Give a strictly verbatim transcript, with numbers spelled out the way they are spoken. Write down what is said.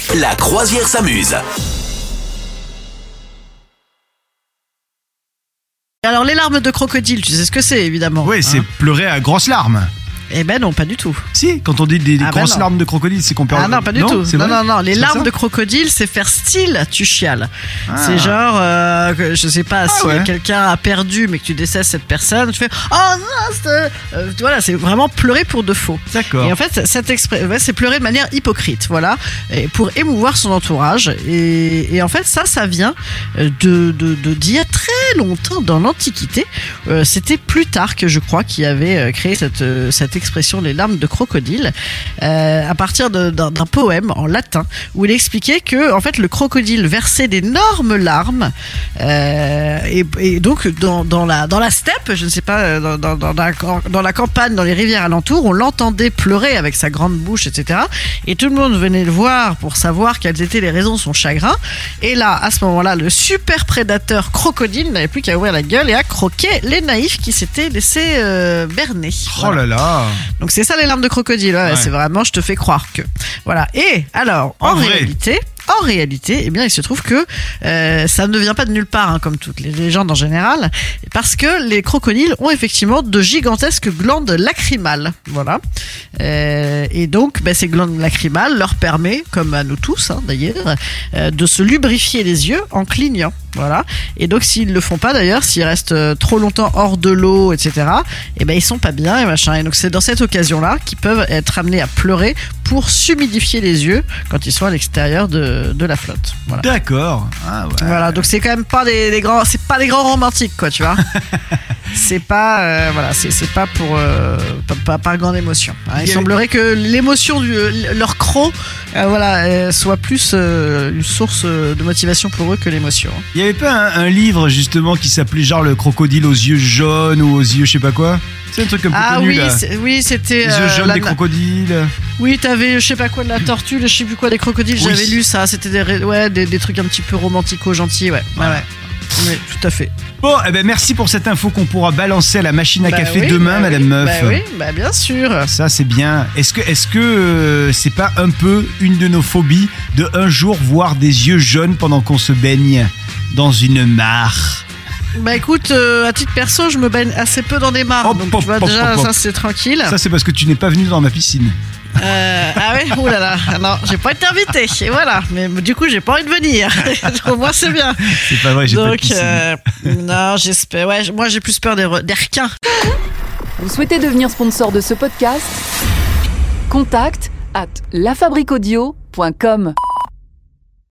La croisière s'amuse. Alors les larmes de crocodile, tu sais ce que c'est évidemment. Oui, c'est hein. Pleurer à grosses larmes. Eh ben non, pas du tout. Si, quand on dit des, des Ah ben grosses non. larmes de crocodile, c'est qu'on parle. Ah non, pas du tout. c'est Non, vrai non, non. Les C'est larmes ça de crocodile, c'est faire style, tu chiales. Ah. C'est genre, euh, que- je sais pas, Ah si ouais. quelqu'un a perdu, mais que tu décèles cette personne, tu fais oh non, c'est, euh, voilà, c'est vraiment pleurer pour de faux. D'accord. Et en fait, cette expré- ouais, c'est pleurer de manière hypocrite, voilà, et pour émouvoir son entourage. Et, et en fait, ça, ça vient de de de d'il y a très longtemps dans l'Antiquité. Euh, C'était Plutarque, je crois, qui avait euh, créé cette euh, cette expression, les larmes de crocodile, euh, à partir de- d'un d'un poème en latin où il expliquait que en fait le crocodile versait d'énormes larmes euh, et, et donc dans, dans la dans la steppe, je ne sais pas, dans, dans, dans, la, dans la campagne, dans les rivières alentours, on l'entendait pleurer avec sa grande bouche, et cetera. Et tout le monde venait le voir pour savoir quelles étaient les raisons de son chagrin. Et là, à ce moment-là, le super prédateur crocodile n'avait plus qu'à ouvrir la gueule et à croquer les naïfs qui s'étaient laissés euh, berner. Oh Voilà. là là. Donc c'est ça les larmes de crocodile, ouais, Ouais. c'est vraiment, je te fais croire que. Voilà. Et alors, en, En vrai. réalité, en réalité, eh bien, il se trouve que euh, ça ne vient pas de nulle part, hein, comme toutes les légendes en général, parce que les crocodiles ont effectivement de gigantesques glandes lacrymales, voilà. Euh, et donc, ben, ces glandes lacrymales leur permet, comme à nous tous, hein, d'ailleurs, euh, de se lubrifier les yeux en clignant, voilà. Et donc, s'ils le font pas, d'ailleurs, s'ils restent euh, trop longtemps hors de l'eau, et cetera, eh ben, ils sont pas bien et machin. Et donc, c'est dans cette occasion-là qu'ils peuvent être amenés à pleurer pour s'humidifier les yeux quand ils sont à l'extérieur de, de la flotte. Voilà. D'accord. Ah ouais. Voilà, donc c'est quand même pas des, des grands, c'est pas des grands romantiques, quoi, tu vois. C'est pas, euh, voilà, c'est, c'est pas pour, euh, pas, pas, pas grande émotion. Hein. Il Il y avait- semblerait que l'émotion du, leur croc, euh, voilà, euh, soit plus euh, une source de motivation pour eux que l'émotion. Il y avait pas un, un livre justement qui s'appelait genre le crocodile aux yeux jaunes ou aux yeux je sais pas quoi. C'est un truc un peu Ah connu oui, là. c'est- oui, c'était. Les yeux euh, jaunes la- des crocodiles. Oui, t'avais, je sais pas quoi, de la tortue, le je sais plus quoi, des crocodiles. Oui. J'avais lu ça. C'était des, ré- ouais, des, des trucs un petit peu romantico, gentils, ouais. Ouais, ouais. Oui, tout à fait. Bon, eh ben merci pour cette info qu'on pourra balancer à la machine à Bah café oui, demain, bah Madame oui, Meuf. Bah oui, bah bien sûr. Ça c'est bien. Est-ce que est-ce que euh, c'est pas un peu une de nos phobies de un jour voir des yeux jaunes pendant qu'on se baigne dans une mare? Bah écoute, euh, à titre perso, je me baigne assez peu dans des mares, Hop, donc hop, tu vois hop, déjà, hop, hop. ça c'est tranquille. Ça c'est parce que tu n'es pas venu dans ma piscine. Euh, ah ouais, oulala, non, j'ai pas été invité, et voilà. Mais du coup, j'ai pas envie de venir. Au moins, c'est bien. C'est pas vrai, j'ai pas de Donc, piscine. euh, non, j'espère. Ouais, moi, j'ai plus peur des, re- des requins. Vous souhaitez devenir sponsor de ce podcast ? Contact à lafabriquaudio point com.